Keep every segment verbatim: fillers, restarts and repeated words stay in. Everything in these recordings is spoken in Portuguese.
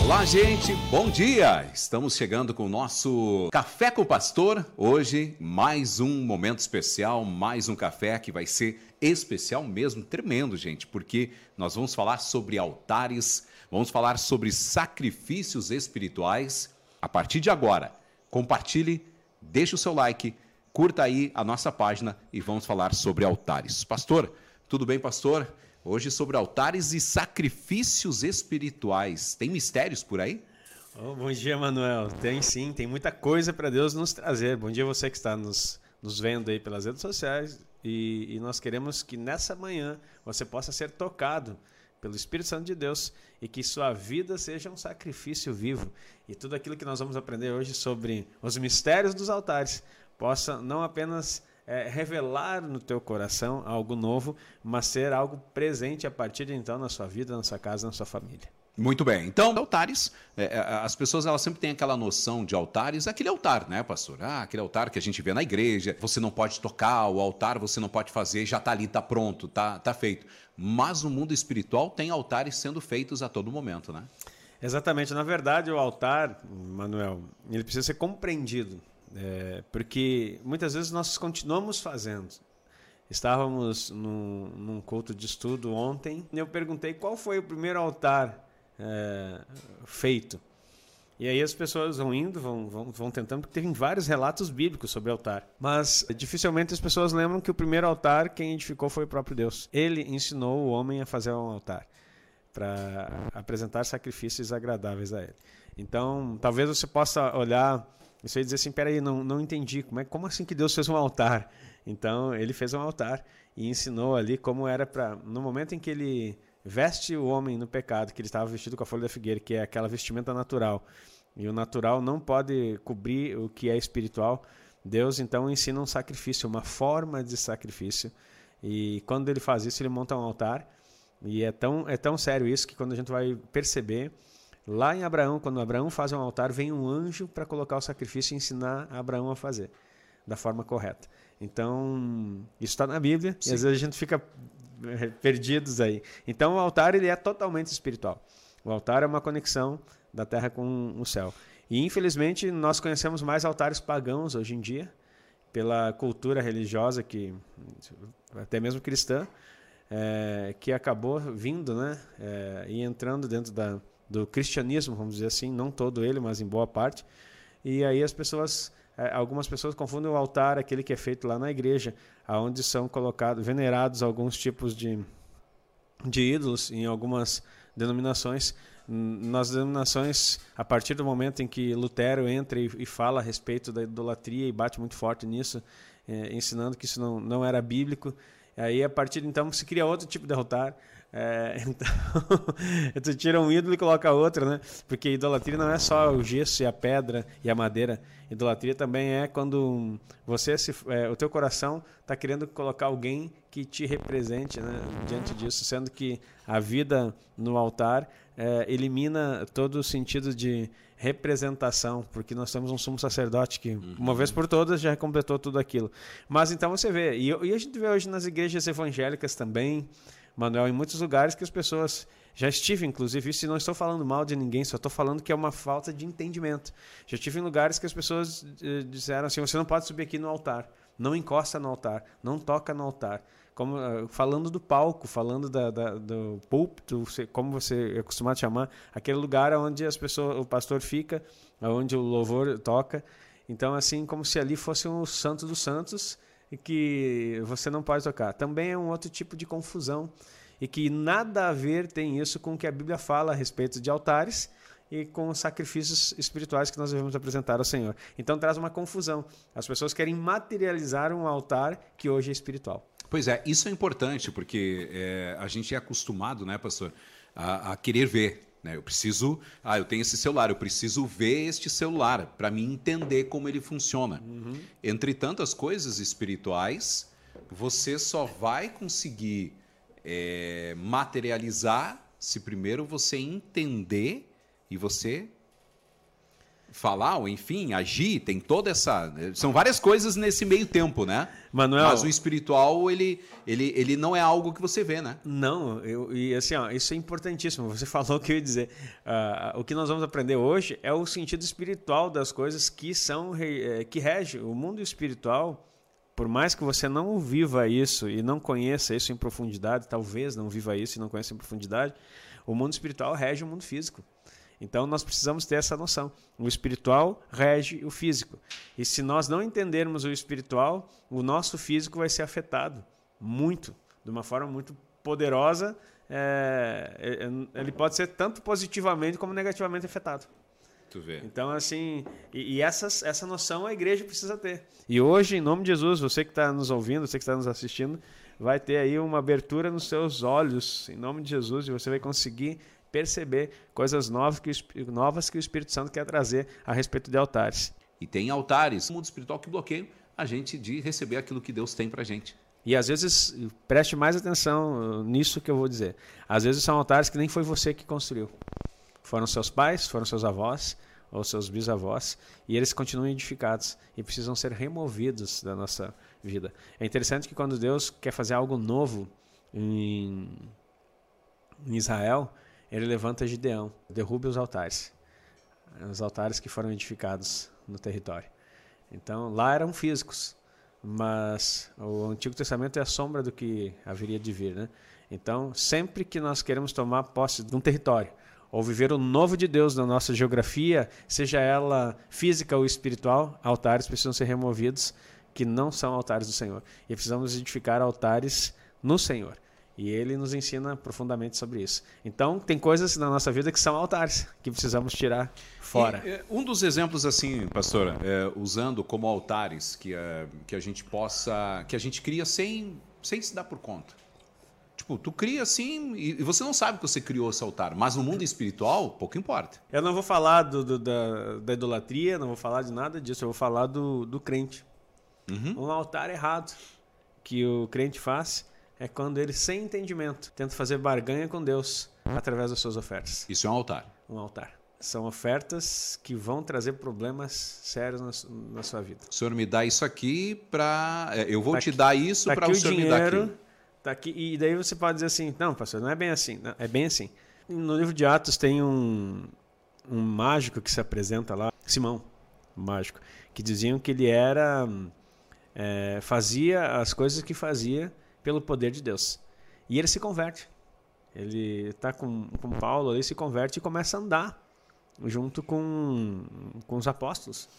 Olá, gente, bom dia! Estamos chegando com o nosso Café com o Pastor. Hoje, mais um momento especial, mais um café que vai ser especial mesmo, tremendo, gente, porque nós vamos falar sobre altares, vamos falar sobre sacrifícios espirituais. A partir de agora, compartilhe, deixe o seu like, curta aí a nossa página e vamos falar sobre altares. Pastor, tudo bem, pastor? Hoje sobre altares e sacrifícios espirituais. Tem mistérios por aí? Oh, bom dia, Manuel. Tem sim, tem muita coisa para Deus nos trazer. Bom dia você que está nos, nos vendo aí pelas redes sociais. E, e nós queremos que nessa manhã você possa ser tocado pelo Espírito Santo de Deus e que sua vida seja um sacrifício vivo. E tudo aquilo que nós vamos aprender hoje sobre os mistérios dos altares possa não apenas É, revelar no teu coração algo novo, mas ser algo presente a partir de então na sua vida, na sua casa, na sua família. Muito bem. Então, altares, é, as pessoas elas sempre têm aquela noção de altares, aquele altar, né, pastor? Ah, aquele altar que a gente vê na igreja, você não pode tocar, o altar você não pode fazer, já está ali, está pronto, está tá feito. Mas no mundo espiritual tem altares sendo feitos a todo momento, né? Exatamente. Na verdade, o altar, Manuel, ele precisa ser compreendido. É, porque muitas vezes nós continuamos fazendo. Estávamos num, num culto de estudo ontem e eu perguntei qual foi o primeiro altar é, feito. E aí as pessoas vão indo, vão, vão, vão tentando, porque tem vários relatos bíblicos sobre altar. Mas dificilmente as pessoas lembram que o primeiro altar, quem edificou foi o próprio Deus. Ele ensinou o homem a fazer um altar para apresentar sacrifícios agradáveis a ele. Então, talvez você possa olhar isso aí dizer assim, peraí, não, não entendi, como, é, como assim que Deus fez um altar? Então, ele fez um altar e ensinou ali como era para, no momento em que ele veste o homem no pecado, que ele estava vestido com a folha da figueira, que é aquela vestimenta natural, e o natural não pode cobrir o que é espiritual, Deus então ensina um sacrifício, uma forma de sacrifício, e quando ele faz isso, ele monta um altar, e é tão, é tão sério isso que quando a gente vai perceber, lá em Abraão, quando Abraão faz um altar, vem um anjo para colocar o sacrifício e ensinar a Abraão a fazer da forma correta. Então, isso está na Bíblia. Sim. E às vezes a gente fica perdidos aí. Então, o altar ele é totalmente espiritual. O altar é uma conexão da terra com o céu. E, infelizmente, nós conhecemos mais altares pagãos hoje em dia, pela cultura religiosa, que até mesmo cristã, é, que acabou vindo, né, é, e entrando dentro da do cristianismo, vamos dizer assim, não todo ele, mas em boa parte. E aí as pessoas, algumas pessoas confundem o altar, aquele que é feito lá na igreja, onde são colocados, venerados alguns tipos de, de ídolos em algumas denominações. Nas denominações, a partir do momento em que Lutero entra e, e fala a respeito da idolatria e bate muito forte nisso, é, ensinando que isso não, não era bíblico, aí a partir de então se cria outro tipo de altar. É, então, tu tira um ídolo e coloca outro, né? Porque idolatria não é só o gesso e a pedra e a madeira. Idolatria também é quando você se, é, o teu coração está querendo colocar alguém que te represente, né, diante disso, sendo que a vida no altar é, elimina todo o sentido de representação, porque nós temos um sumo sacerdote que, uhum. uma vez por todas, já completou tudo aquilo. Mas então você vê, e, e a gente vê hoje nas igrejas evangélicas também, Manuel, em muitos lugares que as pessoas, já estive inclusive isso, e não estou falando mal de ninguém, só estou falando que é uma falta de entendimento. Já estive em lugares que as pessoas eh, disseram assim, você não pode subir aqui no altar, não encosta no altar, não toca no altar. Como, uh, falando do palco, falando da, da, do púlpito, como você é acostumado a chamar, aquele lugar onde as pessoas, o pastor fica, onde o louvor toca. Então, assim, como se ali fosse um santo dos santos, e que você não pode tocar. Também é um outro tipo de confusão e que nada a ver tem isso com o que a Bíblia fala a respeito de altares e com os sacrifícios espirituais que nós devemos apresentar ao Senhor. Então traz uma confusão. As pessoas querem materializar um altar que hoje é espiritual. Pois é, isso é importante porque é, a gente é acostumado, né, pastor, a, a querer ver. Eu preciso, ah, eu tenho esse celular, eu preciso ver este celular para me entender como ele funciona. Uhum. Entre tantas coisas espirituais, você só vai conseguir é, materializar se primeiro você entender e você falar, ou enfim, agir, tem toda essa... São várias coisas nesse meio tempo, né? Manuel, mas o espiritual, ele, ele, ele não é algo que você vê, né? Não, eu, e assim, ó, isso é importantíssimo. Você falou o que eu ia dizer. Uh, o que nós vamos aprender hoje é o sentido espiritual das coisas que são que rege o mundo espiritual. Por mais que você não viva isso e não conheça isso em profundidade, talvez não viva isso e não conheça em profundidade, o mundo espiritual rege o mundo físico. Então nós precisamos ter essa noção. O espiritual rege o físico. E se nós não entendermos o espiritual, o nosso físico vai ser afetado muito, de uma forma muito poderosa. É, ele pode ser tanto positivamente como negativamente afetado. Tu vê. Então, assim, e, e essas, essa noção a igreja precisa ter. E hoje, em nome de Jesus, você que está nos ouvindo, você que está nos assistindo, vai ter aí uma abertura nos seus olhos, em nome de Jesus, e você vai conseguir perceber coisas novas que, o, novas que o Espírito Santo quer trazer a respeito de altares. E tem altares no mundo espiritual que bloqueiam a gente de receber aquilo que Deus tem pra gente. E às vezes, preste mais atenção nisso que eu vou dizer. Às vezes são altares que nem foi você que construiu. Foram seus pais, foram seus avós ou seus bisavós, e eles continuam edificados e precisam ser removidos da nossa vida. É interessante que quando Deus quer fazer algo novo em, em Israel, ele levanta Gideão, derruba os altares, os altares que foram edificados no território. Então, lá eram físicos, mas o Antigo Testamento é a sombra do que haveria de vir, né? Então, sempre que nós queremos tomar posse de um território, ou viver o novo de Deus na nossa geografia, seja ela física ou espiritual, altares precisam ser removidos que não são altares do Senhor. E precisamos edificar altares no Senhor. E Ele nos ensina profundamente sobre isso. Então, tem coisas na nossa vida que são altares, que precisamos tirar fora. E, um dos exemplos, assim, pastor, é, usando como altares que, é, que a gente possa, que a gente cria sem, sem se dar por conta. Tipo, tu cria assim e você não sabe que você criou esse altar, mas no mundo espiritual, pouco importa. Eu não vou falar do, do, da, da idolatria, não vou falar de nada disso, eu vou falar do, do crente. Uhum. Um altar errado que o crente faz é quando ele, sem entendimento, tenta fazer barganha com Deus através das suas ofertas. Isso é um altar. Um altar. São ofertas que vão trazer problemas sérios na, na sua vida. O senhor me dá isso aqui para... Eu vou tá te aqui, dar isso tá para o senhor dinheiro, me dar aquilo. Tá aqui, e daí você pode dizer assim, não, pastor, não é bem assim. Não, é bem assim. No livro de Atos tem um, um mágico que se apresenta lá, Simão, um mágico, que diziam que ele era... É, fazia as coisas que fazia pelo poder de Deus. E ele se converte. Ele está com, com Paulo, ele se converte e começa a andar junto com, com os apóstolos.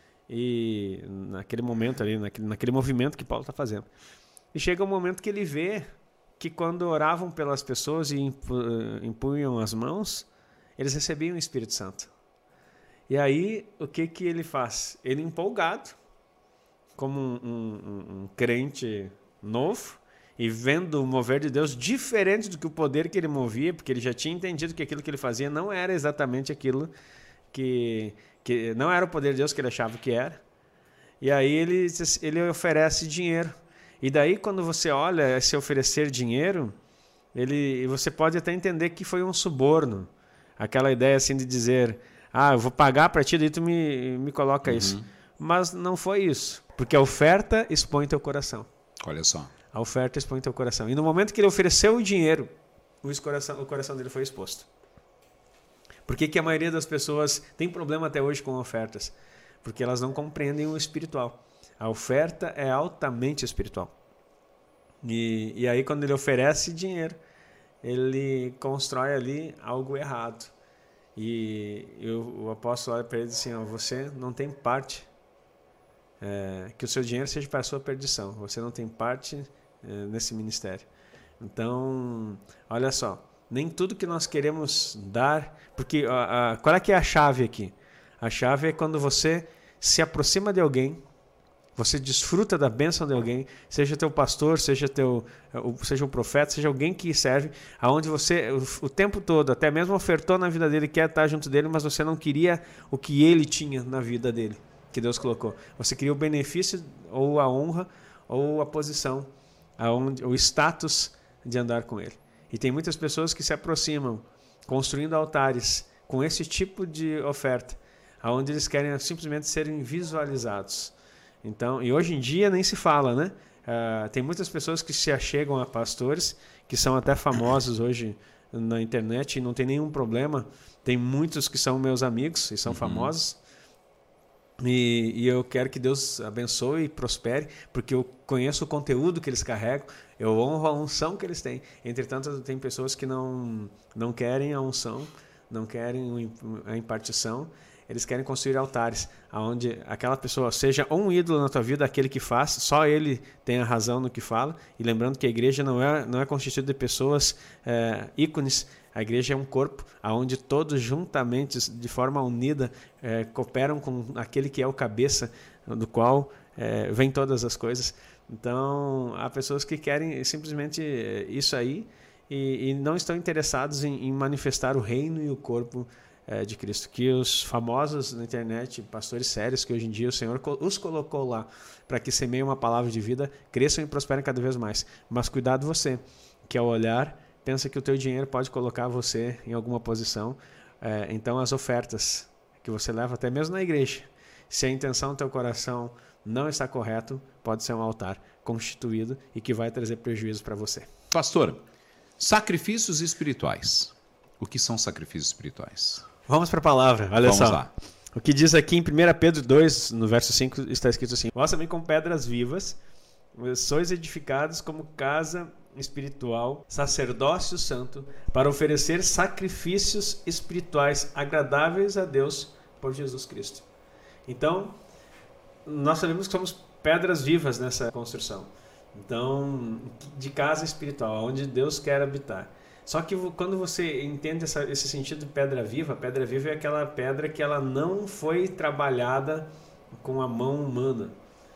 E naquele momento ali, naquele, naquele movimento que Paulo está fazendo. E chega um momento que ele vê que quando oravam pelas pessoas e impunham as mãos, eles recebiam o Espírito Santo. E aí, o que, que ele faz? Ele, empolgado, como um, um, um crente novo, e vendo o mover de Deus diferente do que o poder que ele movia, porque ele já tinha entendido que aquilo que ele fazia não era exatamente aquilo que... que não era o poder de Deus que ele achava que era. E aí ele, ele oferece dinheiro. E daí, quando você olha esse oferecer dinheiro, ele, você pode até entender que foi um suborno. Aquela ideia assim de dizer, ah, eu vou pagar para ti, daí tu me, me coloca uhum. isso. Mas não foi isso. Porque a oferta expõe teu coração. Olha só. A oferta expõe teu coração. E no momento que ele ofereceu o dinheiro, o coração, o coração dele foi exposto. Por que, que a maioria das pessoas tem problema até hoje com ofertas? Porque elas não compreendem o espiritual. A oferta é altamente espiritual. E, e aí, quando ele oferece dinheiro, ele constrói ali algo errado. E eu, o apóstolo olha para ele e diz assim, ó, você não tem parte, é, que o seu dinheiro seja para a sua perdição. Você não tem parte é, nesse ministério. Então, olha só, nem tudo que nós queremos dar... Porque a, a, qual é que é a chave aqui? A chave é quando você se aproxima de alguém, você desfruta da bênção de alguém, seja teu pastor, seja teu, seja um profeta, seja alguém que serve, aonde você o, o tempo todo, até mesmo ofertou na vida dele, quer estar junto dele, mas você não queria o que ele tinha na vida dele, que Deus colocou. Você queria o benefício, ou a honra, ou a posição, aonde, o status de andar com ele. E tem muitas pessoas que se aproximam, construindo altares, com esse tipo de oferta, onde eles querem simplesmente serem visualizados. Então, e hoje em dia nem se fala, né? Uh, tem muitas pessoas que se achegam a pastores, que são até famosos hoje na internet e não tem nenhum problema. Tem muitos que são meus amigos e são uhum. famosos. E, e eu quero que Deus abençoe e prospere, porque eu conheço o conteúdo que eles carregam, eu honro a unção que eles têm. Entretanto, tem pessoas que não, não querem a unção, não querem a impartição, eles querem construir altares, onde aquela pessoa seja um ídolo na tua vida, aquele que faz, só ele tem a razão no que fala. E lembrando que a igreja não é, não é constituída de pessoas é, ícones. A igreja é um corpo onde todos juntamente, de forma unida, é, cooperam com aquele que é o cabeça, do qual é, vem todas as coisas. Então, há pessoas que querem simplesmente isso aí e, e não estão interessados em, em manifestar o reino e o corpo é, de Cristo. Que os famosos na internet, pastores sérios, que hoje em dia o Senhor os colocou lá para que semeiem uma palavra de vida, cresçam e prosperem cada vez mais. Mas cuidado você, que ao olhar pensa que o teu dinheiro pode colocar você em alguma posição. É, então, as ofertas que você leva, até mesmo na igreja, se a intenção do teu coração não está correto, pode ser um altar constituído e que vai trazer prejuízo para você. Pastor, sacrifícios espirituais. O que são sacrifícios espirituais? Vamos para a palavra. Olha Vamos só. lá. O que diz aqui em primeira Pedro dois, no verso cinco, está escrito assim: vós também com pedras vivas sois edificados como casa espiritual, sacerdócio santo, para oferecer sacrifícios espirituais agradáveis a Deus por Jesus Cristo. Então, nós sabemos que somos pedras vivas nessa construção. Então, de casa espiritual, onde Deus quer habitar. Só que quando você entende essa, esse sentido de pedra viva, pedra viva é aquela pedra que ela não foi trabalhada com a mão humana.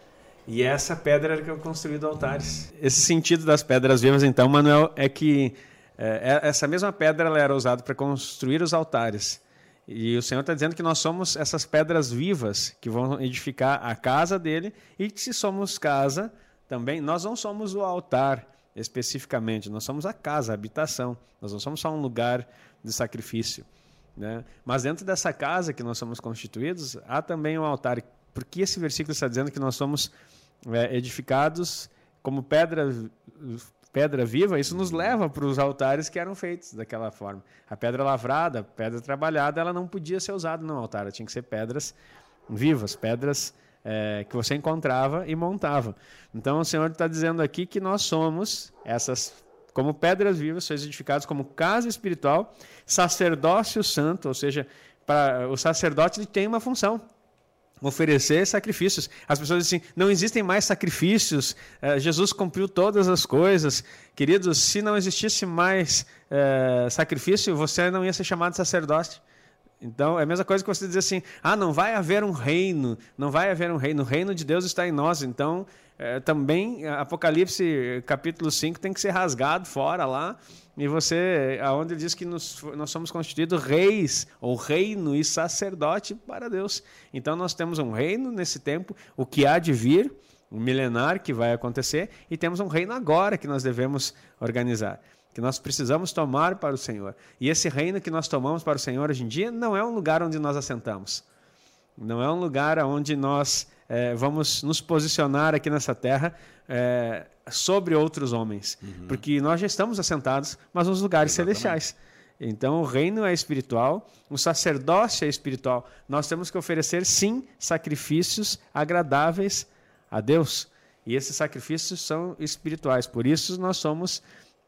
E essa pedra era que eu construído altares. Esse sentido das pedras vivas, então, Manuel, é que é, essa mesma pedra ela era usada para construir os altares. E o Senhor está dizendo que nós somos essas pedras vivas que vão edificar a casa dele, e que se somos casa também, nós não somos o altar especificamente, nós somos a casa, a habitação. Nós não somos só um lugar de sacrifício, né? Mas dentro dessa casa que nós somos constituídos, há também um altar. Porque esse versículo está dizendo que nós somos é, edificados como pedra, pedra viva. Isso nos leva para os altares que eram feitos daquela forma. A pedra lavrada, a pedra trabalhada, ela não podia ser usada no altar. Ela tinha que ser pedras vivas, pedras é, que você encontrava e montava. Então o Senhor está dizendo aqui que nós somos essas, como pedras vivas, sois edificados como casa espiritual, sacerdócio santo, ou seja, para, o sacerdote ele tem uma função: oferecer sacrifícios. As pessoas dizem assim, não existem mais sacrifícios, uh, Jesus cumpriu todas as coisas. Queridos, se não existisse mais uh, sacrifício, você não ia ser chamado de sacerdote. Então, é a mesma coisa que você dizer assim, ah, não vai haver um reino, não vai haver um reino, o reino de Deus está em nós. Então, uh, também, Apocalipse capítulo cinco tem que ser rasgado fora lá, e você, aonde ele diz que nos, nós somos constituídos reis, ou reino e sacerdote para Deus. Então nós temos um reino nesse tempo, o que há de vir, um milenar que vai acontecer, e temos um reino agora que nós devemos organizar, que nós precisamos tomar para o Senhor. E esse reino que nós tomamos para o Senhor hoje em dia não é um lugar onde nós assentamos. Não é um lugar onde nós é, vamos nos posicionar aqui nessa terra é, sobre outros homens. Uhum. Porque nós já estamos assentados, mas nos lugares Exatamente. celestiais. Então, o reino é espiritual, o sacerdócio é espiritual. Nós temos que oferecer, sim, sacrifícios agradáveis a Deus. E esses sacrifícios são espirituais. Por isso, nós somos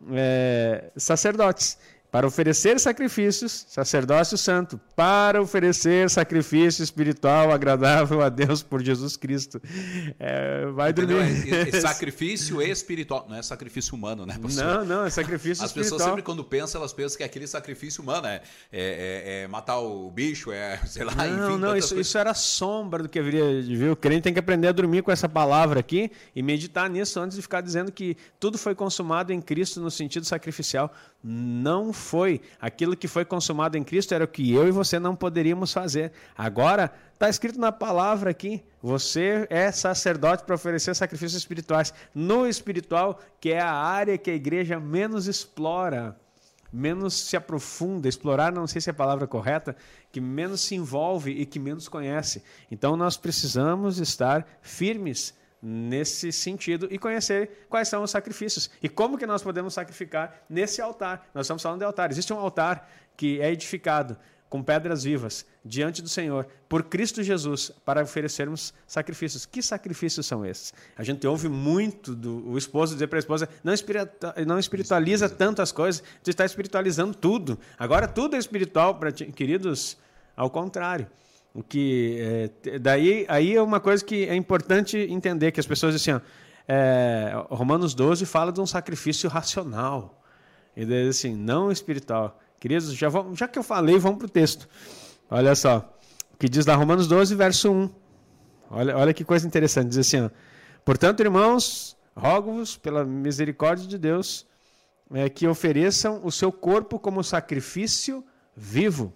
é, sacerdotes. Para oferecer sacrifícios, sacerdócio santo, para oferecer sacrifício espiritual agradável a Deus por Jesus Cristo. É, vai dormir. É, é sacrifício espiritual, não é sacrifício humano, né, pastor? Não, não, é sacrifício As espiritual. As pessoas sempre quando pensam, elas pensam que é aquele sacrifício humano, é, é, é matar o bicho, é, sei lá, não, enfim. Não, isso, isso era sombra do que haveria de vir. O crente tem que aprender a dormir com essa palavra aqui e meditar nisso antes de ficar dizendo que tudo foi consumado em Cristo no sentido sacrificial. Não foi. Aquilo que foi consumado em Cristo era o que eu e você não poderíamos fazer. Agora, está escrito na palavra aqui, você é sacerdote para oferecer sacrifícios espirituais. No espiritual, que é a área que a igreja menos explora. menos se aprofunda, explorar, não sei se é a palavra correta, que menos se envolve e que menos conhece. Então nós precisamos estar firmes nesse sentido e conhecer quais são os sacrifícios e como que nós podemos sacrificar nesse altar. Nós estamos falando de altar. Existe um altar que é edificado com pedras vivas diante do Senhor por Cristo Jesus para oferecermos sacrifícios. Que sacrifícios são esses? A gente ouve muito do o esposo dizer para a esposa, não, espirita, não espiritualiza tanto as coisas, tu está espiritualizando tudo. Agora tudo é espiritual para ti. Queridos, ao contrário. O que é, daí aí é uma coisa que é importante entender, que as pessoas dizem assim, ó, é, Romanos doze fala de um sacrifício racional, e daí assim, não espiritual. Queridos, já, vamos, já que eu falei, vamos para o texto. Olha só, o que diz lá Romanos doze, verso um. Olha, olha que coisa interessante, diz assim, ó, portanto, irmãos, rogo-vos pela misericórdia de Deus, é, que ofereçam o seu corpo como sacrifício vivo,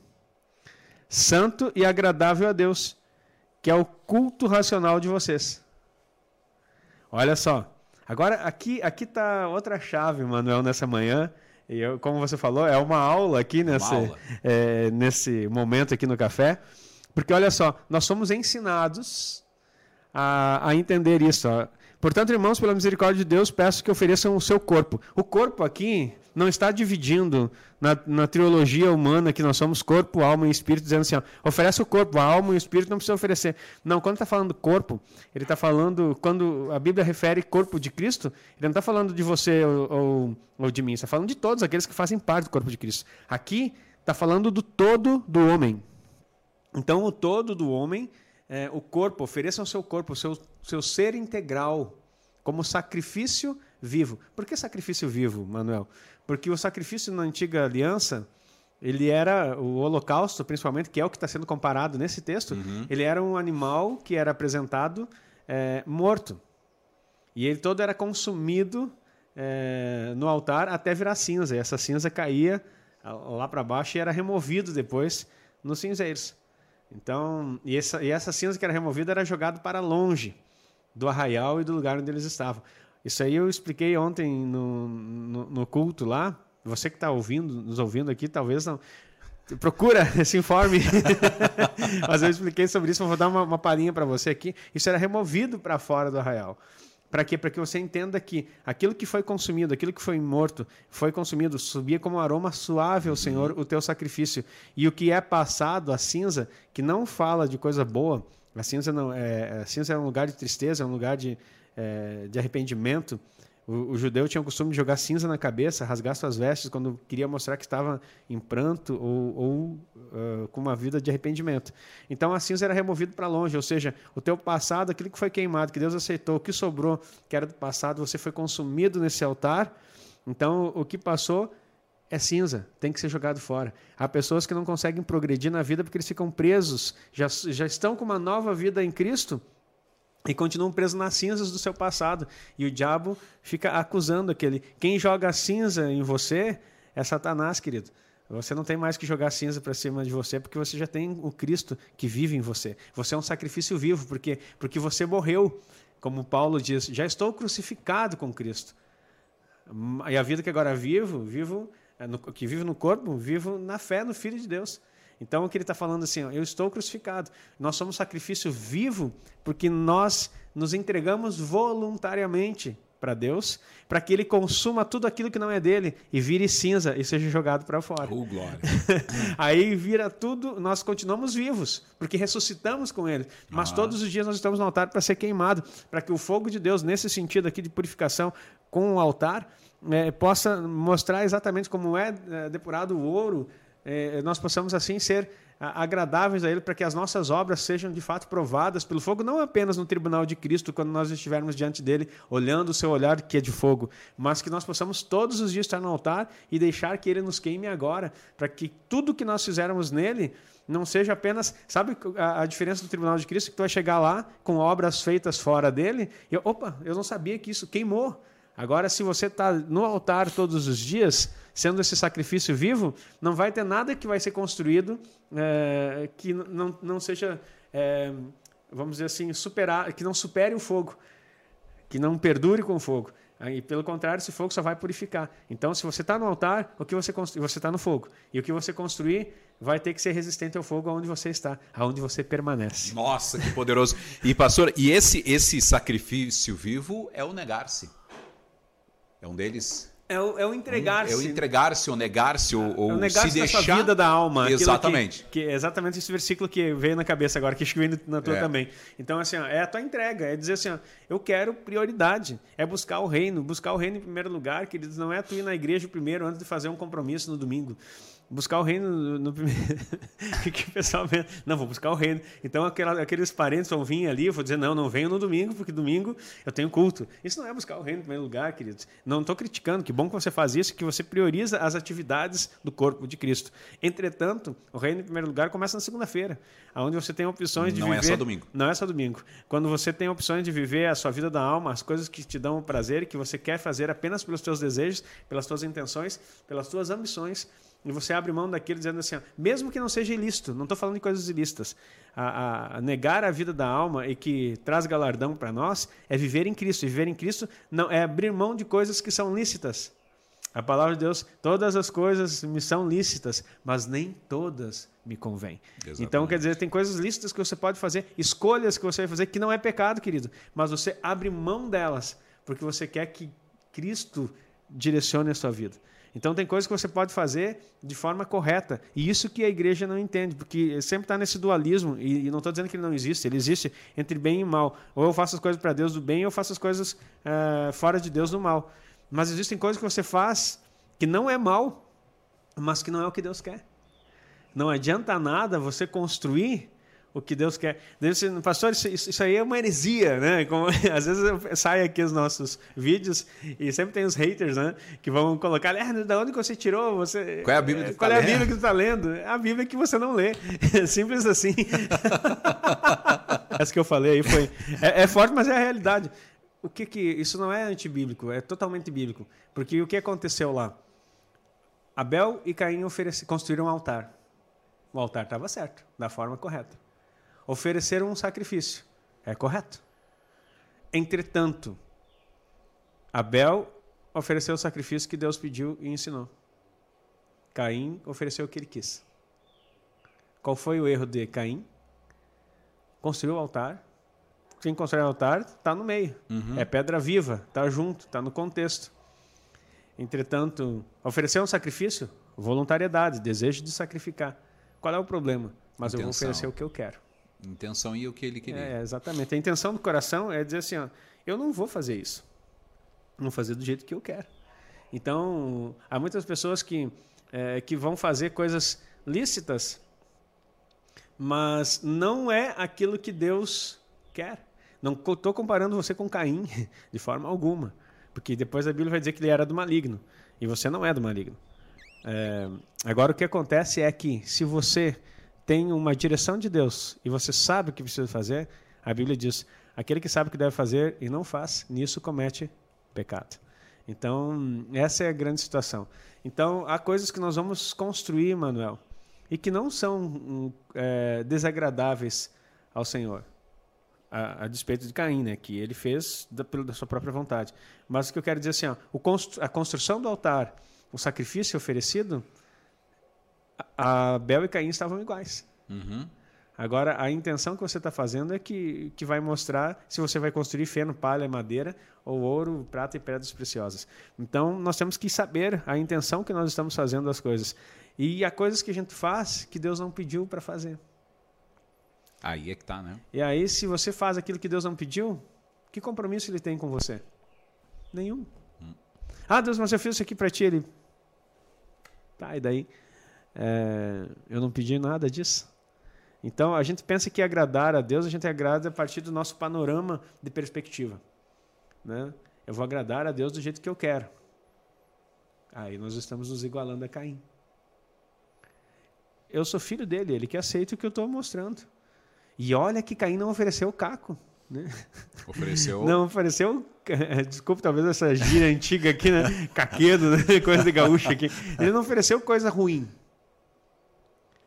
santo e agradável a Deus, que é o culto racional de vocês. Olha só. Agora, aqui aqui está outra chave, Manuel, nessa manhã. E eu, como você falou, é uma aula aqui nesse, aula. É, nesse momento aqui no café. Porque, olha só, nós somos ensinados a, a entender isso. Ó. Portanto, irmãos, pela misericórdia de Deus, peço que ofereçam o seu corpo. O corpo aqui não está dividindo na, na trilogia humana que nós somos corpo, alma e espírito, dizendo assim, ó, oferece o corpo, a alma e o espírito não precisa oferecer. Não, quando está falando corpo, ele está falando, quando a Bíblia refere corpo de Cristo, ele não está falando de você ou, ou, ou de mim, está falando de todos aqueles que fazem parte do corpo de Cristo. Aqui está falando do todo do homem. Então, o todo do homem, é, o corpo, ofereçam o seu corpo, o seu, seu ser integral, como sacrifício vivo. Por que sacrifício vivo, Manuel? Porque o sacrifício na antiga aliança, ele era o holocausto, principalmente, que é o que está sendo comparado nesse texto, uhum. Ele era um animal que era apresentado é, morto. E ele todo era consumido é, no altar até virar cinza. E essa cinza caía lá para baixo e era removido depois nos cinzeiros. Então, e essa, e essa cinza que era removida era jogada para longe do arraial e do lugar onde eles estavam. Isso aí eu expliquei ontem no, no, no culto lá. Você que está ouvindo, nos ouvindo aqui, talvez não... Procura, se informe. Mas eu expliquei sobre isso, eu vou dar uma, uma palhinha para você aqui. Isso era removido para fora do arraial. Para quê? Para que você entenda que aquilo que foi consumido, aquilo que foi morto, foi consumido, subia como um aroma suave ao uhum. Senhor o teu sacrifício. E o que é passado, a cinza, que não fala de coisa boa, a cinza, não, é, a cinza é um lugar de tristeza, é um lugar de, é, de arrependimento. O, o judeu tinha o costume de jogar cinza na cabeça, rasgar suas vestes quando queria mostrar que estava em pranto ou, ou uh, com uma vida de arrependimento. Então a cinza era removida para longe, ou seja, o teu passado, aquilo que foi queimado, que Deus aceitou, o que sobrou, que era do passado, você foi consumido nesse altar. Então o que passou é cinza, tem que ser jogado fora. Há pessoas que não conseguem progredir na vida porque eles ficam presos, já, já estão com uma nova vida em Cristo, e continuam presos nas cinzas do seu passado. E o diabo fica acusando aquele. Quem joga cinza em você é Satanás, querido. Você não tem mais que jogar cinza para cima de você, porque você já tem o Cristo que vive em você. Você é um sacrifício vivo, porque, porque você morreu. Como Paulo diz, já estou crucificado com Cristo. E a vida que agora vivo, vivo que vivo no corpo, vivo na fé no Filho de Deus. Então, o que ele está falando assim, ó, eu estou crucificado. Nós somos sacrifício vivo porque nós nos entregamos voluntariamente para Deus, para que Ele consuma tudo aquilo que não é dele e vire cinza e seja jogado para fora. Oh, glória! Aí vira tudo, nós continuamos vivos, porque ressuscitamos com Ele. Mas ah. todos os dias nós estamos no altar para ser queimado, para que o fogo de Deus, nesse sentido aqui de purificação com o altar, é, possa mostrar exatamente como é, é depurado o ouro, É, nós possamos assim ser agradáveis a Ele, para que as nossas obras sejam de fato provadas pelo fogo, não apenas no tribunal de Cristo, quando nós estivermos diante dele, olhando o seu olhar que é de fogo, mas que nós possamos todos os dias estar no altar e deixar que Ele nos queime agora, para que tudo que nós fizermos nele não seja apenas... Sabe a, a diferença do tribunal de Cristo? Que tu vai chegar lá com obras feitas fora dele e, opa, eu não sabia que isso queimou. Agora, se você está no altar todos os dias, sendo esse sacrifício vivo, não vai ter nada que vai ser construído é, que não, não seja, é, vamos dizer assim, superar, que não supere o fogo, que não perdure com o fogo. E pelo contrário, esse fogo só vai purificar. Então, se você está no altar, o que você constru... você está no fogo. E o que você construir vai ter que ser resistente ao fogo aonde você está, aonde você permanece. Nossa, que poderoso. E pastor, e esse, esse sacrifício vivo é o negar-se. É um deles? É o, é o entregar-se. É o entregar-se, ou negar-se, ou, ou é o negar-se se deixar. Da sua vida da alma. Exatamente. Que, que é exatamente esse versículo que veio na cabeça agora, que acho que veio na tua é. também. Então, assim, ó, é a tua entrega. É dizer assim, ó, eu quero prioridade. É buscar o reino. Buscar o reino em primeiro lugar, queridos. Não é tu ir na igreja primeiro antes de fazer um compromisso no domingo. Buscar o reino no, no primeiro... que o pessoal vê, não, vou buscar o reino. Então aquela, aqueles parentes vão vir ali, eu vou dizer, não, não venho no domingo, porque domingo eu tenho culto. Isso não é buscar o reino em primeiro lugar, queridos. Não estou criticando, que bom que você faz isso, que você prioriza as atividades do corpo de Cristo. Entretanto, o reino em primeiro lugar começa na segunda-feira, onde você tem opções de não viver... Não é só domingo. Não é só domingo. Quando você tem opções de viver a sua vida da alma, as coisas que te dão prazer, que você quer fazer apenas pelos teus desejos, pelas tuas intenções, pelas tuas ambições, e você abre mão daquilo dizendo assim, ó, mesmo que não seja ilícito, não estou falando de coisas ilícitas, a, a negar a vida da alma e que traz galardão para nós é viver em Cristo. E viver em Cristo não, é abrir mão de coisas que são lícitas. A palavra de Deus, todas as coisas me são lícitas, mas nem todas me convêm. Exatamente. Então, quer dizer, tem coisas lícitas que você pode fazer, escolhas que você vai fazer, que não é pecado, querido, mas você abre mão delas, porque você quer que Cristo direcione a sua vida. Então, tem coisas que você pode fazer de forma correta. E isso que a igreja não entende, porque sempre está nesse dualismo, e não estou dizendo que ele não existe, ele existe entre bem e mal. Ou eu faço as coisas para Deus do bem, ou eu faço as coisas uh, fora de Deus do mal. Mas existem coisas que você faz que não é mal, mas que não é o que Deus quer. Não adianta nada você construir o que Deus quer. Deus, pastor, isso, isso aí é uma heresia, né? Como, às vezes sai aqui os nossos vídeos e sempre tem os haters, né? Que vão colocar, ah, da onde você tirou? Você, qual é a Bíblia que qual tá é a Bíblia que você está lendo? É a Bíblia que você não lê. Simples assim. Essa que eu falei aí foi... É, é forte, mas é a realidade. O que que... Isso não é antibíblico, é totalmente bíblico. Porque o que aconteceu lá? Abel e Caim oferece, construíram um altar. O altar estava certo, da forma correta. Ofereceram um sacrifício. É correto. Entretanto, Abel ofereceu o sacrifício que Deus pediu e ensinou. Caim ofereceu o que ele quis. Qual foi o erro de Caim? Construiu o altar. Quem constrói o altar está no meio. Uhum. É pedra viva, está junto, está no contexto. Entretanto, ofereceu um sacrifício? Voluntariedade, desejo de sacrificar. Qual é o problema? Mas intenção. Eu vou oferecer o que eu quero. Intenção e o que ele queria. É, exatamente. A intenção do coração é dizer assim, ó, eu não vou fazer isso. Vou fazer do jeito que eu quero. Então, há muitas pessoas que, é, que vão fazer coisas lícitas, mas não é aquilo que Deus quer. Não estou comparando você com Caim, de forma alguma. Porque depois a Bíblia vai dizer que ele era do maligno. E você não é do maligno. É, agora, o que acontece é que, se você tem uma direção de Deus e você sabe o que precisa fazer, a Bíblia diz, aquele que sabe o que deve fazer e não faz, nisso comete pecado. Então, essa é a grande situação. Então, há coisas que nós vamos construir, Manuel, e que não são é, desagradáveis ao Senhor. A, a despeito de Caim, né, que ele fez da, da sua própria vontade. Mas o que eu quero dizer assim, ó, o constru, a construção do altar, o sacrifício oferecido, Abel e Caim estavam iguais. Uhum. Agora, a intenção que você está fazendo é que, que vai mostrar se você vai construir feno, palha, madeira, ou ouro, prata e pedras preciosas. Então, nós temos que saber a intenção que nós estamos fazendo as coisas. E há coisas que a gente faz que Deus não pediu para fazer. Aí é que tá, né? E aí, se você faz aquilo que Deus não pediu, que compromisso ele tem com você? Nenhum. Hum. Ah, Deus, mas eu fiz isso aqui para ti. Ele... Tá, e daí? É... Eu não pedi nada disso. Então, a gente pensa que agradar a Deus, a gente agrada a partir do nosso panorama de perspectiva. Né? Eu vou agradar a Deus do jeito que eu quero. Aí nós estamos nos igualando a Caim. Eu sou filho dele, ele que aceita o que eu estou mostrando. E olha que Caim não ofereceu caco. Né? Ofereceu... Não ofereceu... Desculpa, talvez essa gíria antiga aqui, né? Caquedo, né? Coisa de gaúcho aqui. Ele não ofereceu coisa ruim.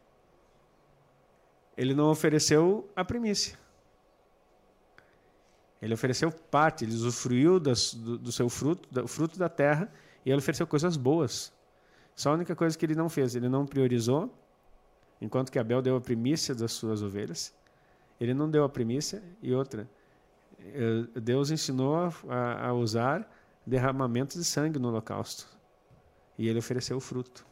Ele não ofereceu a primícia. Ele ofereceu parte, ele usufruiu das, do, do seu fruto, do fruto da terra, e ele ofereceu coisas boas. Só a única coisa que ele não fez, ele não priorizou, enquanto que Abel deu a primícia das suas ovelhas, ele não deu a primícia. E outra, Deus ensinou a, a usar derramamento de sangue no holocausto, e ele ofereceu o fruto.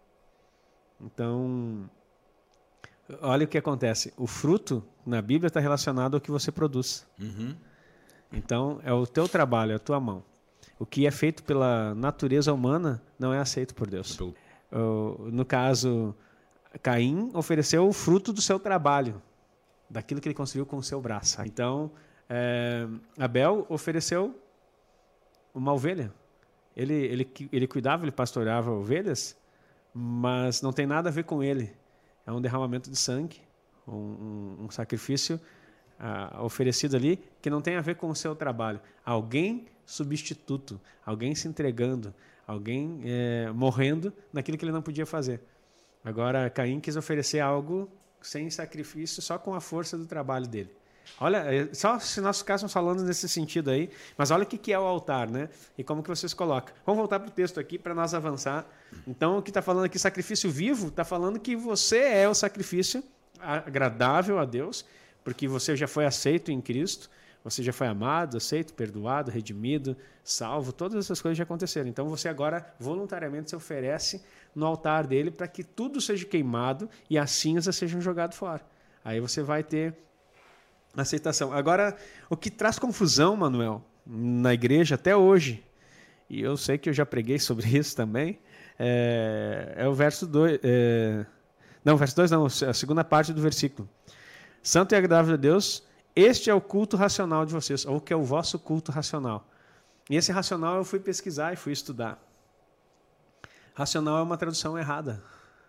Então, olha o que acontece. O fruto, na Bíblia, está relacionado ao que você produz. Uhum. Então, é o teu trabalho, é a tua mão. O que é feito pela natureza humana não é aceito por Deus. Pelo... No caso, Caim ofereceu o fruto do seu trabalho, daquilo que ele construiu com o seu braço. Então, é, Abel ofereceu uma ovelha. Ele, ele, ele cuidava, ele pastoreava ovelhas, mas não tem nada a ver com ele. É um derramamento de sangue, um, um, um sacrifício uh, oferecido ali que não tem a ver com o seu trabalho. Alguém substituto, alguém se entregando, alguém é, morrendo naquilo que ele não podia fazer. Agora, Caim quis oferecer algo sem sacrifício, só com a força do trabalho dele. Olha, só se nós ficássemos falando nesse sentido aí, mas olha o que é o altar, né? E como que vocês colocam. Vamos voltar para o texto aqui para nós avançar. Então, o que está falando aqui, sacrifício vivo, está falando que você é o sacrifício agradável a Deus, porque você já foi aceito em Cristo, você já foi amado, aceito, perdoado, redimido, salvo, todas essas coisas já aconteceram. Então, você agora voluntariamente se oferece no altar dele para que tudo seja queimado e as cinzas sejam jogadas fora. Aí você vai ter aceitação. Agora, o que traz confusão, Manuel, na igreja até hoje, e eu sei que eu já preguei sobre isso também, é, é o verso dois. É, não, verso dois não, a segunda parte do versículo. Santo e agradável a Deus, este é o culto racional de vocês, ou que é o vosso culto racional. E esse racional eu fui pesquisar e fui estudar. Racional é uma tradução errada.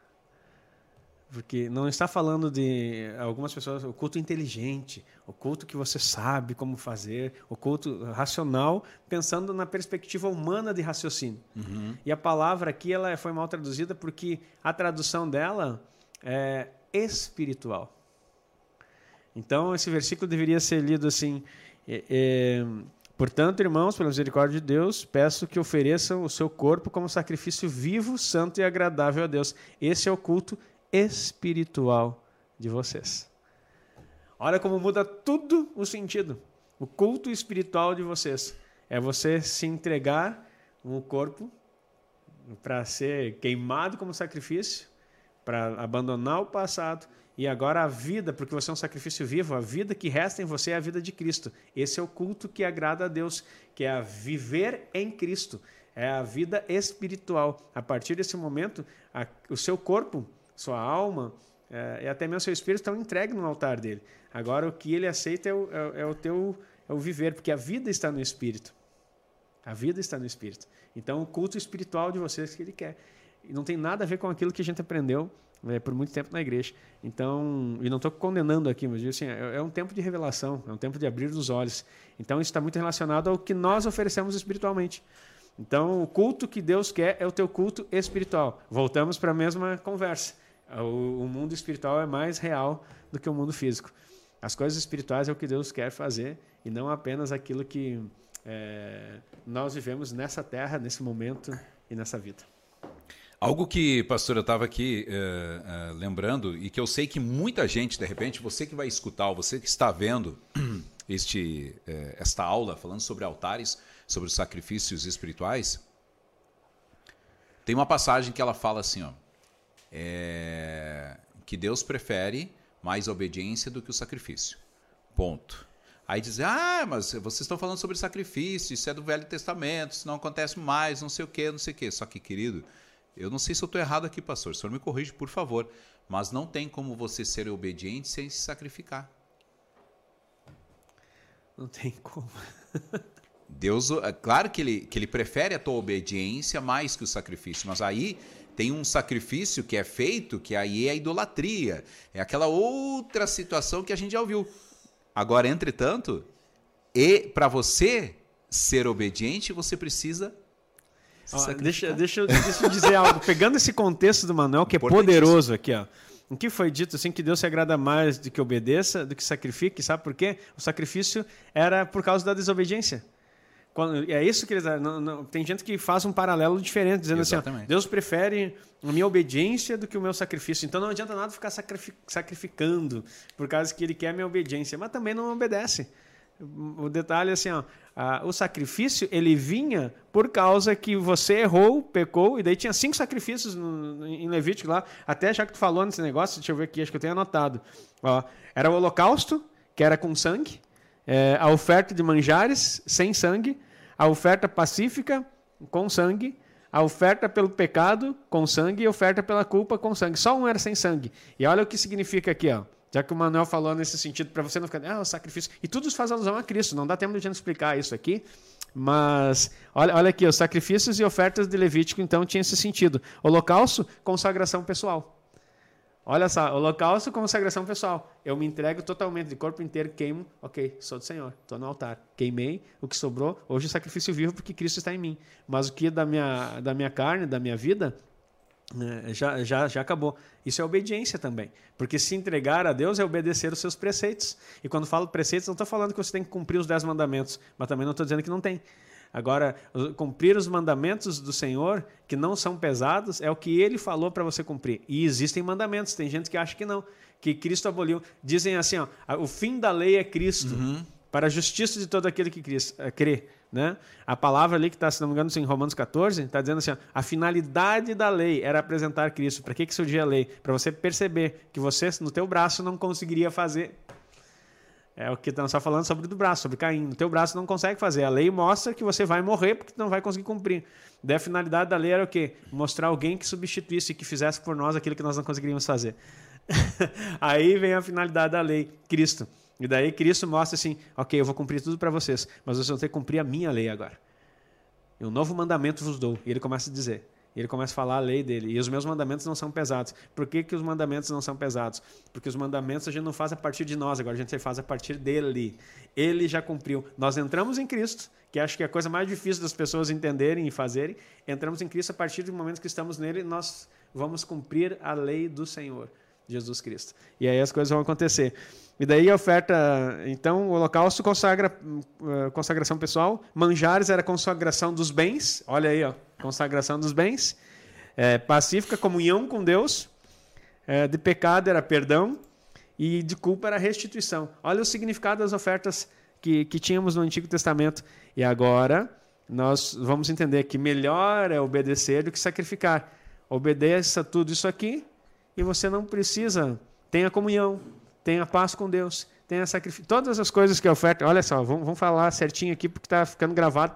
Porque não está falando de algumas pessoas, o culto inteligente, o culto que você sabe como fazer, o culto racional, pensando na perspectiva humana de raciocínio. Uhum. E a palavra aqui ela foi mal traduzida porque a tradução dela é espiritual. Então, esse versículo deveria ser lido assim: é, é, portanto, irmãos, pela misericórdia de Deus, peço que ofereçam o seu corpo como sacrifício vivo, santo e agradável a Deus. Esse é o culto espiritual de vocês. Olha como muda tudo o sentido. O culto espiritual de vocês é você se entregar o corpo para ser queimado como sacrifício, para abandonar o passado e agora a vida, porque você é um sacrifício vivo, a vida que resta em você é a vida de Cristo. Esse é o culto que agrada a Deus, que é a viver em Cristo, é a vida espiritual. A partir desse momento, a, o seu corpo, sua alma é, e até mesmo seu espírito estão entregues no altar dele. Agora o que ele aceita é o, é, é o teu é o viver, porque a vida está no espírito. A vida está no espírito. Então o culto espiritual de vocês que ele quer. E não tem nada a ver com aquilo que a gente aprendeu é, por muito tempo na igreja. Então, e não estou condenando aqui, mas assim, é, é um tempo de revelação, é um tempo de abrir os olhos. Então isso está muito relacionado ao que nós oferecemos espiritualmente. Então o culto que Deus quer é o teu culto espiritual. Voltamos para a mesma conversa. O mundo espiritual é mais real do que o mundo físico. As coisas espirituais é o que Deus quer fazer e não apenas aquilo que é, nós vivemos nessa terra, nesse momento e nessa vida. Algo que, pastor, eu estava aqui uh, uh, lembrando e que eu sei que muita gente, de repente, você que vai escutar, você que está vendo este, uh, esta aula falando sobre altares, sobre os sacrifícios espirituais, tem uma passagem que ela fala assim, ó, É, que Deus prefere mais a obediência do que o sacrifício. Ponto. Aí diz, ah, mas vocês estão falando sobre sacrifício, isso é do Velho Testamento, isso não acontece mais, não sei o quê, não sei o quê. Só que, querido, eu não sei se eu estou errado aqui, pastor, o senhor me corrige, por favor, mas não tem como você ser obediente sem se sacrificar. Não tem como. Deus, é claro que ele, que ele prefere a tua obediência mais que o sacrifício, mas aí tem um sacrifício que é feito, que aí é a idolatria. É aquela outra situação que a gente já ouviu. Agora, entretanto, e para você ser obediente, você precisa se ó, deixa, deixa, eu, deixa eu dizer algo. Pegando esse contexto do Manuel, que é poderoso aqui, ó. em que foi dito assim que Deus se agrada mais do que obedeça, do que sacrifique. Sabe por quê? O sacrifício era por causa da desobediência. Quando, é isso que eles... Não, não, tem gente que faz um paralelo diferente, dizendo Exatamente. assim, ó, Deus prefere a minha obediência do que o meu sacrifício. Então não adianta nada ficar sacrificando por causa que ele quer a minha obediência, mas também não obedece. O detalhe é assim, ó, a, o sacrifício ele vinha por causa que você errou, pecou, e daí tinha cinco sacrifícios no, em Levítico lá, até já que tu falou nesse negócio, deixa eu ver aqui, acho que eu tenho anotado. Ó, era o holocausto, que era com sangue, é, a oferta de manjares, sem sangue, a oferta pacífica, com sangue, a oferta pelo pecado, com sangue, e a oferta pela culpa, com sangue. Só um era sem sangue. E olha o que significa aqui, ó. Já que o Manuel falou nesse sentido, para você não ficar, ah, o sacrifício. E tudo faz alusão a Cristo, não dá tempo de a gente explicar isso aqui, mas olha, olha aqui, os sacrifícios e ofertas de Levítico, então, tinha esse sentido. Holocausto, consagração pessoal. Olha só, holocausto, consagração pessoal. Eu me entrego totalmente, de corpo inteiro, queimo, ok, sou do Senhor, estou no altar. Queimei, o que sobrou, hoje o sacrifício vivo, porque Cristo está em mim. Mas o que é da minha, da minha carne, da minha vida... Já, já, já acabou. Isso é obediência também. Porque se entregar a Deus é obedecer os seus preceitos. E quando falo preceitos, não estou falando que você tem que cumprir os dez mandamentos, mas também não estou dizendo que não tem. Agora, cumprir os mandamentos do Senhor, que não são pesados, é o que Ele falou para você cumprir. E existem mandamentos, tem gente que acha que não, que Cristo aboliu. Dizem assim, ó, o fim da lei é Cristo, uhum. para a justiça de todo aquele que crê. Né? A palavra ali que está, se não me engano, em Romanos catorze, está dizendo assim, ó, a finalidade da lei era apresentar Cristo. Para que, que surgia a lei? Para você perceber que você, no teu braço, não conseguiria fazer. É o que estamos só falando sobre o do braço, sobre Caim. No teu braço não consegue fazer. A lei mostra que você vai morrer porque não vai conseguir cumprir. Daí a finalidade da lei era o quê? Mostrar alguém que substituísse, que fizesse por nós aquilo que nós não conseguiríamos fazer. Aí vem a finalidade da lei, Cristo. E daí Cristo mostra assim, ok, eu vou cumprir tudo para vocês, mas vocês vão ter que cumprir a minha lei agora. E um novo mandamento vos dou. E ele começa a dizer, ele começa a falar a lei dele. E os meus mandamentos não são pesados. Por que, que os mandamentos não são pesados? Porque os mandamentos a gente não faz a partir de nós, agora a gente faz a partir dele. Ele já cumpriu. Nós entramos em Cristo, que acho que é a coisa mais difícil das pessoas entenderem e fazerem. Entramos em Cristo a partir do momento que estamos nele, nós vamos cumprir a lei do Senhor, Jesus Cristo. E aí as coisas vão acontecer. E daí a oferta, então, o holocausto consagra, uh, consagração pessoal, manjares era consagração dos bens, olha aí, ó, consagração dos bens, é, pacífica, comunhão com Deus, é, de pecado era perdão e de culpa era restituição. Olha o significado das ofertas que, que tínhamos no Antigo Testamento. E agora nós vamos entender que melhor é obedecer do que sacrificar. Obedeça tudo isso aqui e você não precisa, tenha comunhão, tenha paz com Deus, tenha sacrifício. Todas as coisas que a oferta... Olha só, vamos, vamos falar certinho aqui, porque está ficando gravado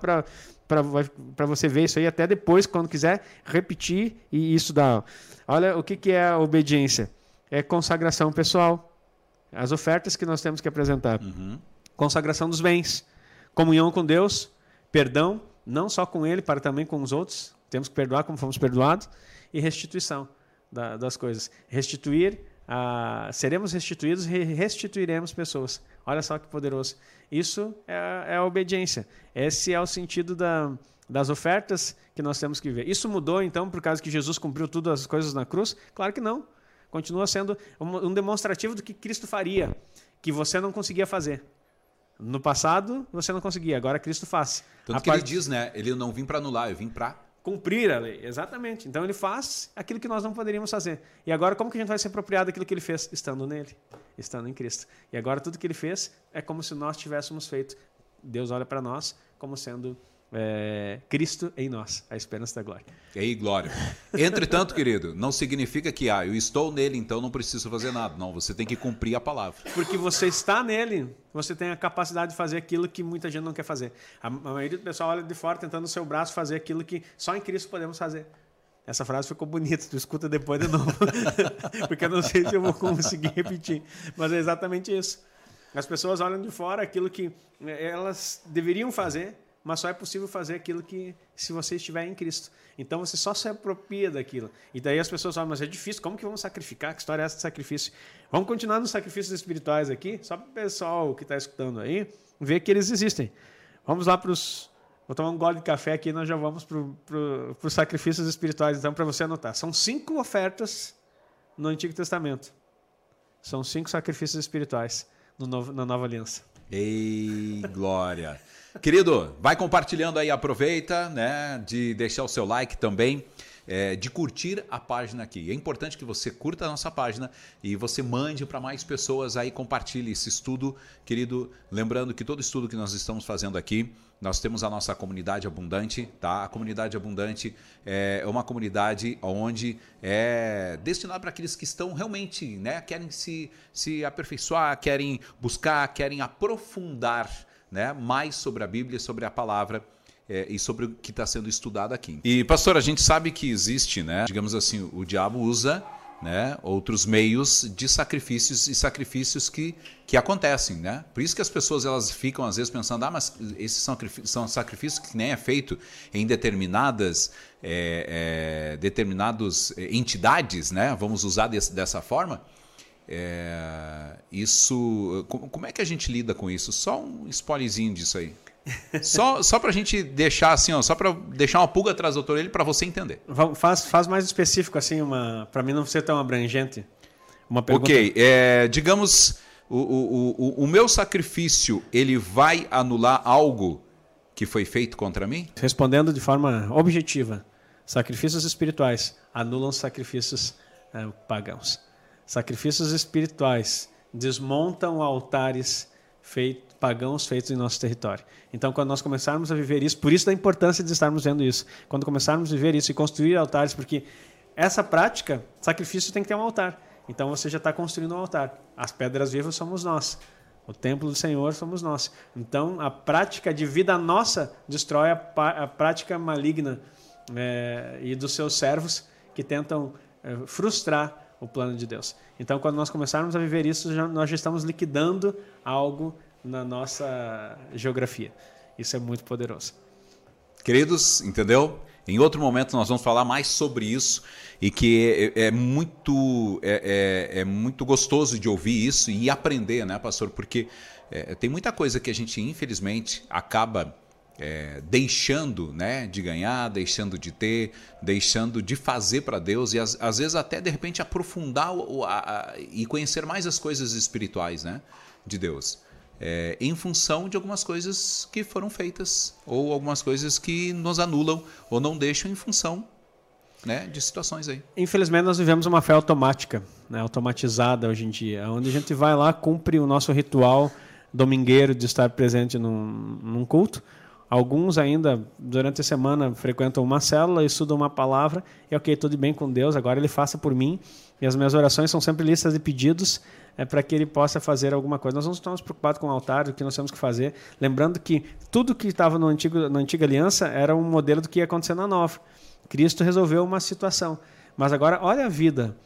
para você ver isso aí até depois, quando quiser repetir e estudar. Olha o que, que é a obediência. É consagração pessoal. As ofertas que nós temos que apresentar. Uhum. Consagração dos bens. Comunhão com Deus. Perdão, não só com Ele, para também com os outros. Temos que perdoar como fomos perdoados. E restituição da, das coisas. Restituir... Ah, seremos restituídos e restituiremos pessoas. Olha só que poderoso. Isso é, é a obediência. Esse é o sentido da, das ofertas que nós temos que ver. Isso mudou, então, por causa que Jesus cumpriu todas as coisas na cruz? Claro que não. Continua sendo um, um demonstrativo do que Cristo faria, que você não conseguia fazer. No passado, você não conseguia. Agora Cristo faz. Tanto a que part... ele diz, né? Ele não vim para anular, eu vim para... cumprir a lei, exatamente. Então ele faz aquilo que nós não poderíamos fazer. E agora como que a gente vai se apropriar daquilo que ele fez? Estando nele, estando em Cristo. E agora tudo que ele fez é como se nós tivéssemos feito. Deus olha para nós como sendo é, Cristo em nós, a esperança da glória. E aí, glória. Entretanto, querido, não significa que ah, eu estou nele, então não preciso fazer nada. Não, você tem que cumprir a palavra. Porque você está nele, você tem a capacidade de fazer aquilo que muita gente não quer fazer. A maioria do pessoal olha de fora tentando no seu braço fazer aquilo que só em Cristo podemos fazer. Essa frase ficou bonita, tu escuta depois de novo. Porque eu não sei se eu vou conseguir repetir. Mas é exatamente isso. As pessoas olham de fora aquilo que elas deveriam fazer, mas só é possível fazer aquilo que se você estiver em Cristo. Então você só se apropria daquilo. E daí as pessoas falam, mas é difícil, como que vamos sacrificar? Que história é essa de sacrifício? Vamos continuar nos sacrifícios espirituais aqui, só para o pessoal que está escutando aí, ver que eles existem. Vamos lá para os... Vou tomar um gole de café aqui e nós já vamos para pro, os sacrifícios espirituais, então, para você anotar. São cinco ofertas no Antigo Testamento. São cinco sacrifícios espirituais no novo, na Nova Aliança. Ei, glória! Querido, vai compartilhando aí, aproveita, né, de deixar o seu like também, é, de curtir a página aqui. É importante que você curta a nossa página e você mande para mais pessoas aí, compartilhe esse estudo, querido. Lembrando que todo estudo que nós estamos fazendo aqui, nós temos a nossa comunidade abundante, tá? A comunidade abundante é uma comunidade onde é destinada para aqueles que estão realmente, né, querem se, se aperfeiçoar, querem buscar, querem aprofundar, né, mais sobre a Bíblia, sobre a palavra é, e sobre o que está sendo estudado aqui. E, pastor, a gente sabe que existe, né, digamos assim, o diabo usa, né, outros meios de sacrifícios e sacrifícios que, que acontecem, né? Por isso que as pessoas elas ficam às vezes pensando, ah, mas esses são, são sacrifícios que nem é feito em determinadas é, é, determinadas entidades, né? Vamos usar desse, dessa forma. É, isso, como é que a gente lida com isso? Só um spoilerzinho disso aí. Só, só para a gente deixar assim, ó, só para deixar uma pulga atrás da orelha para você entender. Faz, faz mais específico assim, uma, para mim não ser tão abrangente. Uma pergunta. Ok, é, digamos, o, o, o, o meu sacrifício, ele vai anular algo que foi feito contra mim? Respondendo de forma objetiva, sacrifícios espirituais anulam sacrifícios é, pagãos. Sacrifícios espirituais desmontam altares feitos, pagãos feitos em nosso território. Então, quando nós começarmos a viver isso, por isso da importância de estarmos vendo isso, quando começarmos a viver isso e construir altares, porque essa prática, sacrifício tem que ter um altar. Então, você já está construindo um altar. As pedras vivas somos nós. O templo do Senhor somos nós. Então, a prática de vida nossa destrói a, a prática maligna é, e dos seus servos que tentam é, frustrar o plano de Deus. Então, quando nós começarmos a viver isso, já, nós já estamos liquidando algo na nossa geografia. Isso é muito poderoso. Queridos, entendeu? Em outro momento nós vamos falar mais sobre isso e que é, é, muito, é, é, é muito gostoso de ouvir isso e aprender, né, pastor? Porque é, tem muita coisa que a gente, infelizmente, acaba é, deixando, né, de ganhar, deixando de ter, deixando de fazer para Deus e às, às vezes até, de repente, aprofundar o, a, a, e conhecer mais as coisas espirituais, né, de Deus. É, em função de algumas coisas que foram feitas ou algumas coisas que nos anulam ou não deixam em função, né, de situações aí. Infelizmente nós vivemos uma fé automática, né, automatizada hoje em dia, onde a gente vai lá, cumpre o nosso ritual domingueiro de estar presente num, num culto. Alguns ainda durante a semana frequentam uma célula, estudam uma palavra e ok, tudo bem com Deus, agora Ele faça por mim. E as minhas orações são sempre listas de pedidos é, para que Ele possa fazer alguma coisa. Nós não estamos preocupados com o altar, o que nós temos que fazer. Lembrando que tudo que estava no antigo, na antiga aliança era um modelo do que ia acontecer na nova. Cristo resolveu uma situação. Mas agora, olha a vida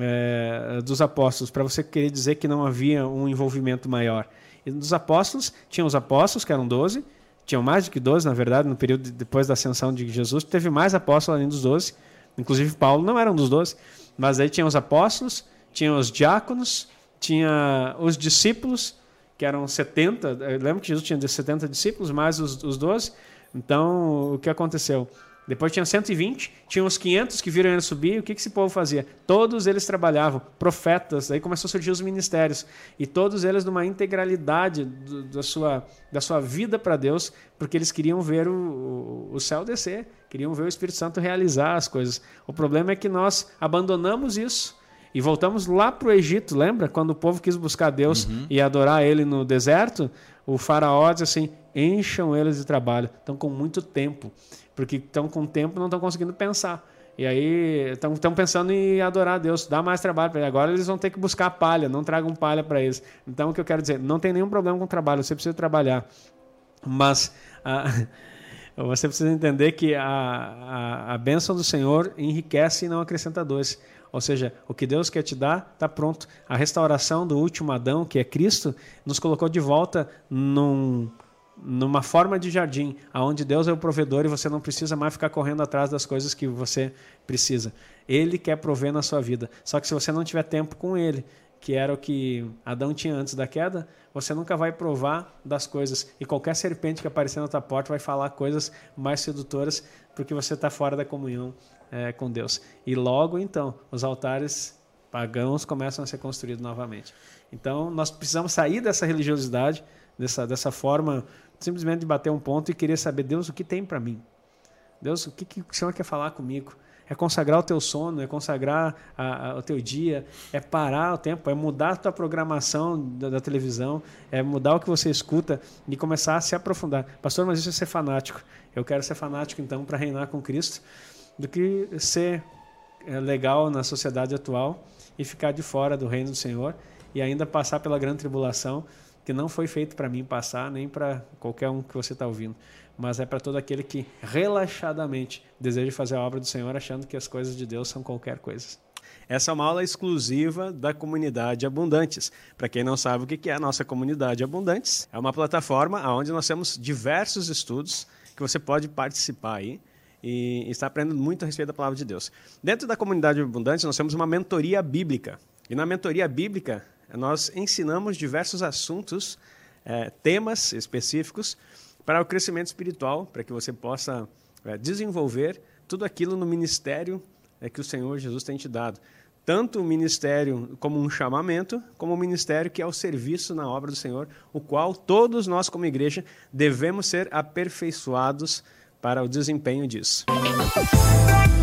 é, dos apóstolos, para você querer dizer que não havia um envolvimento maior. E dos apóstolos, tinham os apóstolos, que eram doze, tinham mais do que doze, na verdade, no período depois da ascensão de Jesus, teve mais apóstolos além dos doze. Inclusive Paulo não era um dos doze. Mas aí tinha os apóstolos, tinha os diáconos, tinha os discípulos, que eram setenta. Eu lembro que Jesus tinha setenta discípulos, mais os, os doze. Então, o que aconteceu? Depois tinha cento e vinte, tinha os quinhentos que viram ele subir. O que esse povo fazia? Todos eles trabalhavam, profetas, aí começou a surgir os ministérios. E todos eles numa integralidade do, da, sua, da sua vida para Deus, porque eles queriam ver o, o céu descer, queriam ver o Espírito Santo realizar as coisas. O problema é que nós abandonamos isso e voltamos lá para o Egito, lembra? Quando o povo quis buscar Deus uhum. e adorar Ele no deserto, o faraó disse assim, encham eles de trabalho, estão com muito tempo. Porque estão com tempo e não estão conseguindo pensar. E aí estão pensando em adorar a Deus, dá mais trabalho para eles. Agora eles vão ter que buscar palha, não tragam palha para eles. Então o que eu quero dizer, não tem nenhum problema com o trabalho, você precisa trabalhar. Mas ah, você precisa entender que a, a, a bênção do Senhor enriquece e não acrescenta dores. Ou seja, o que Deus quer te dar, está pronto. A restauração do último Adão, que é Cristo, nos colocou de volta num... numa forma de jardim, onde Deus é o provedor e você não precisa mais ficar correndo atrás das coisas que você precisa. Ele quer prover na sua vida. Só que se você não tiver tempo com Ele, que era o que Adão tinha antes da queda, você nunca vai provar das coisas. E qualquer serpente que aparecer na tua porta vai falar coisas mais sedutoras porque você está fora da comunhão é, com Deus. E logo, então, os altares pagãos começam a ser construídos novamente. Então, nós precisamos sair dessa religiosidade, dessa, dessa forma simplesmente de bater um ponto e querer saber, Deus, o que tem para mim? Deus, o que, que o Senhor quer falar comigo? É consagrar o teu sono, é consagrar a, a, o teu dia, é parar o tempo, é mudar a tua programação da, da televisão, é mudar o que você escuta e começar a se aprofundar. Pastor, mas isso é ser fanático. Eu quero ser fanático, então, para reinar com Cristo, do que ser é, legal na sociedade atual e ficar de fora do reino do Senhor e ainda passar pela grande tribulação, que não foi feito para mim passar, nem para qualquer um que você está ouvindo, mas é para todo aquele que relaxadamente deseja fazer a obra do Senhor, achando que as coisas de Deus são qualquer coisa. Essa é uma aula exclusiva da Comunidade Abundantes. Para quem não sabe o que é a nossa Comunidade Abundantes, é uma plataforma onde nós temos diversos estudos que você pode participar aí e está aprendendo muito a respeito da Palavra de Deus. Dentro da Comunidade Abundantes, nós temos uma mentoria bíblica. E na mentoria bíblica, nós ensinamos diversos assuntos, é, temas específicos para o crescimento espiritual, para que você possa é, desenvolver tudo aquilo no ministério é, que o Senhor Jesus tem te dado. Tanto o ministério como um chamamento, como o ministério que é o serviço na obra do Senhor, o qual todos nós como igreja devemos ser aperfeiçoados para o desempenho disso.